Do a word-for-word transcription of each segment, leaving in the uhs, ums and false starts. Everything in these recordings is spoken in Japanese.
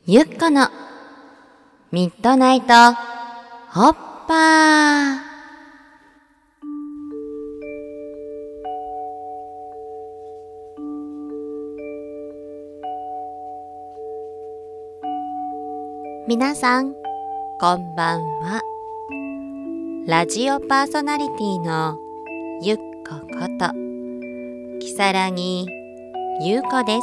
ゆっこのミッドナイトホッパー。皆さんこんばんは。ラジオパーソナリティのゆっここときさらぎゆうこです。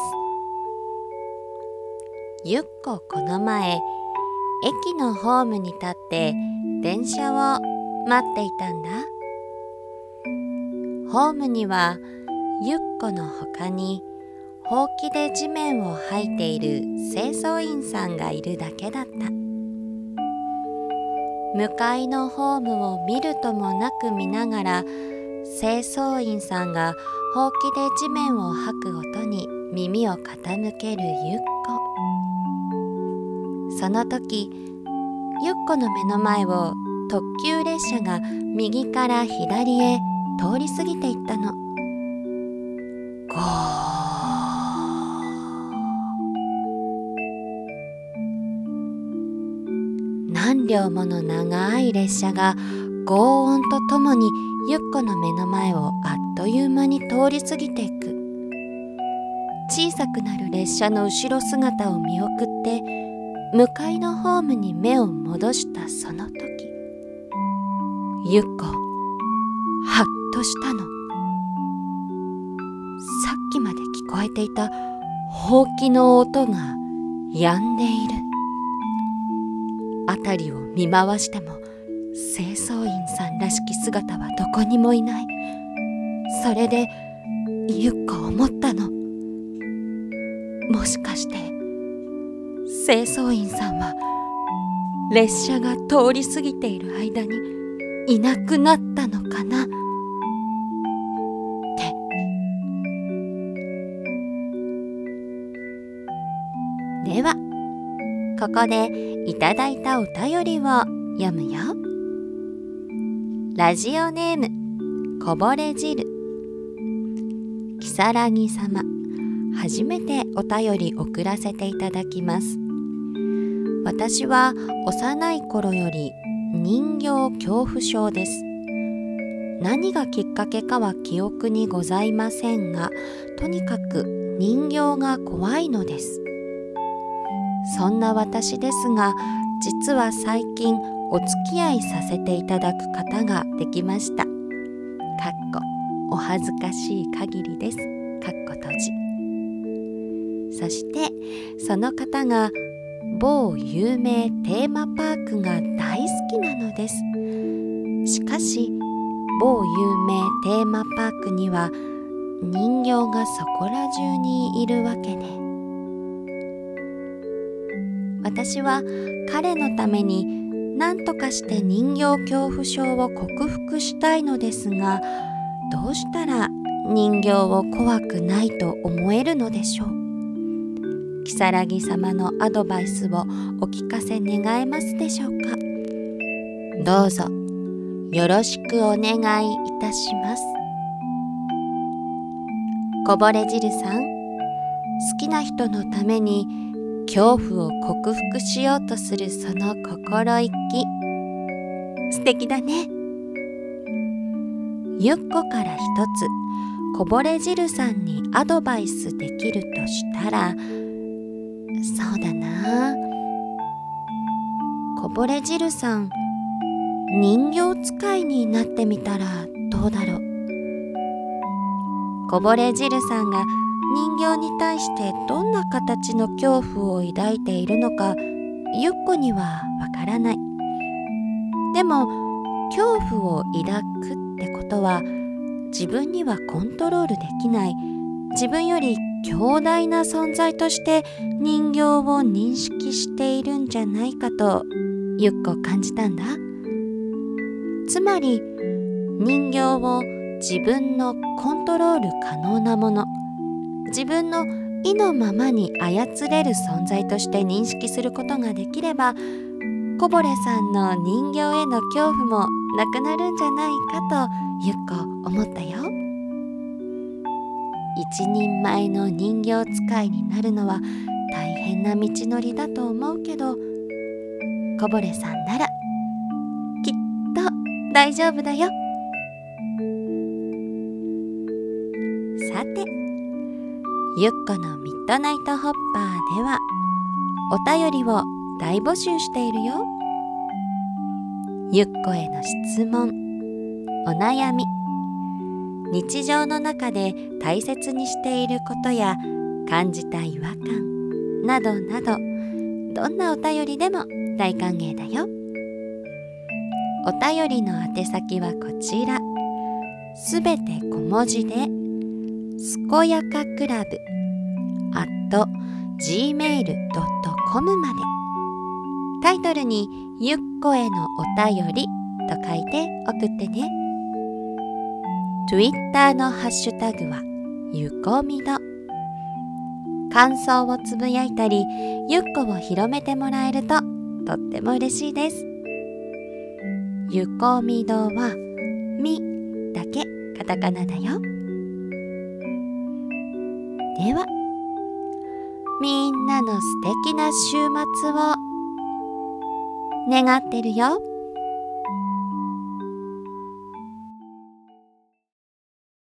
ゆっここの前、駅のホームに立って電車を待っていたんだ。ホームにはゆっこのほかにほうきで地面を掃いている清掃員さんがいるだけだった。向かいのホームを見るともなく見ながら、清掃員さんがほうきで地面を掃く音に耳を傾けるゆっこ。その時、ゆっこの目の前を特急列車が右から左へ通り過ぎていったの。ゴー。何両もの長い列車が轟音とともにゆっこの目の前をあっという間に通り過ぎていく。小さくなる列車の後ろ姿を見送って向かいのホームに目を戻したその時、ゆっこはっとしたの。さっきまで聞こえていたほうきの音が止んでいる。あたりを見回しても清掃員さんらしき姿はどこにもいない。それでゆっこ思ったの。もしかして清掃員さんは列車が通り過ぎている間にいなくなったのかなって。ではここでいただいたお便りを読むよ。ラジオネームこぼれ汁。きさらぎ様、初めてお便り送らせていただきます。私は幼い頃より人形恐怖症です。何がきっかけかは記憶にございませんが、とにかく人形が怖いのです。そんな私ですが、実は最近お付き合いさせていただく方ができました。かっこお恥ずかしい限りです。かっこ閉じ。そしてその方が某有名テーマパークが大好きなのです。しかし某有名テーマパークには人形がそこら中にいるわけで、私は彼のために何とかして人形恐怖症を克服したいのですが、どうしたら人形を怖くないと思えるのでしょう。きさらぎ様のアドバイスをお聞かせ願えますでしょうか。どうぞよろしくお願いいたします。こぼれ汁さん、好きな人のために恐怖を克服しようとするその心意気、素敵だね。ゆっこから一つこぼれ汁さんにアドバイスできるとしたら、そうだな、こぼれ汁さん、人形使いになってみたらどうだろう。こぼれ汁さんが人形に対してどんな形の恐怖を抱いているのか、ゆっこにはわからない。でも恐怖を抱くってことは、自分にはコントロールできない、自分より強大な存在として人形を認識しているんじゃないかとゆっこ感じたんだ。つまり人形を自分のコントロール可能なもの、自分の意のままに操れる存在として認識することができれば、こぼれさんの人形への恐怖もなくなるんじゃないかとゆっこ思ったよ。一人前の人形使いになるのは大変な道のりだと思うけど、こぼれさんならきっと大丈夫だよ。さて、ゆっこのミッドナイトホッパーではお便りを大募集しているよ。ゆっこへの質問、お悩み、日常の中で大切にしていることや感じた違和感などなど、どんなお便りでも大歓迎だよ。お便りの宛先はこちら。すべて小文字で、すこやかクラブアット ジーメールドットコム まで。タイトルにゆっこへのお便りと書いて送ってね。Twitter のハッシュタグはゆこみど。感想をつぶやいたり、ゆっこを広めてもらえるととっても嬉しいです。ゆこみどはみだけカタカナだよ。では、みんなの素敵な週末を願ってるよ。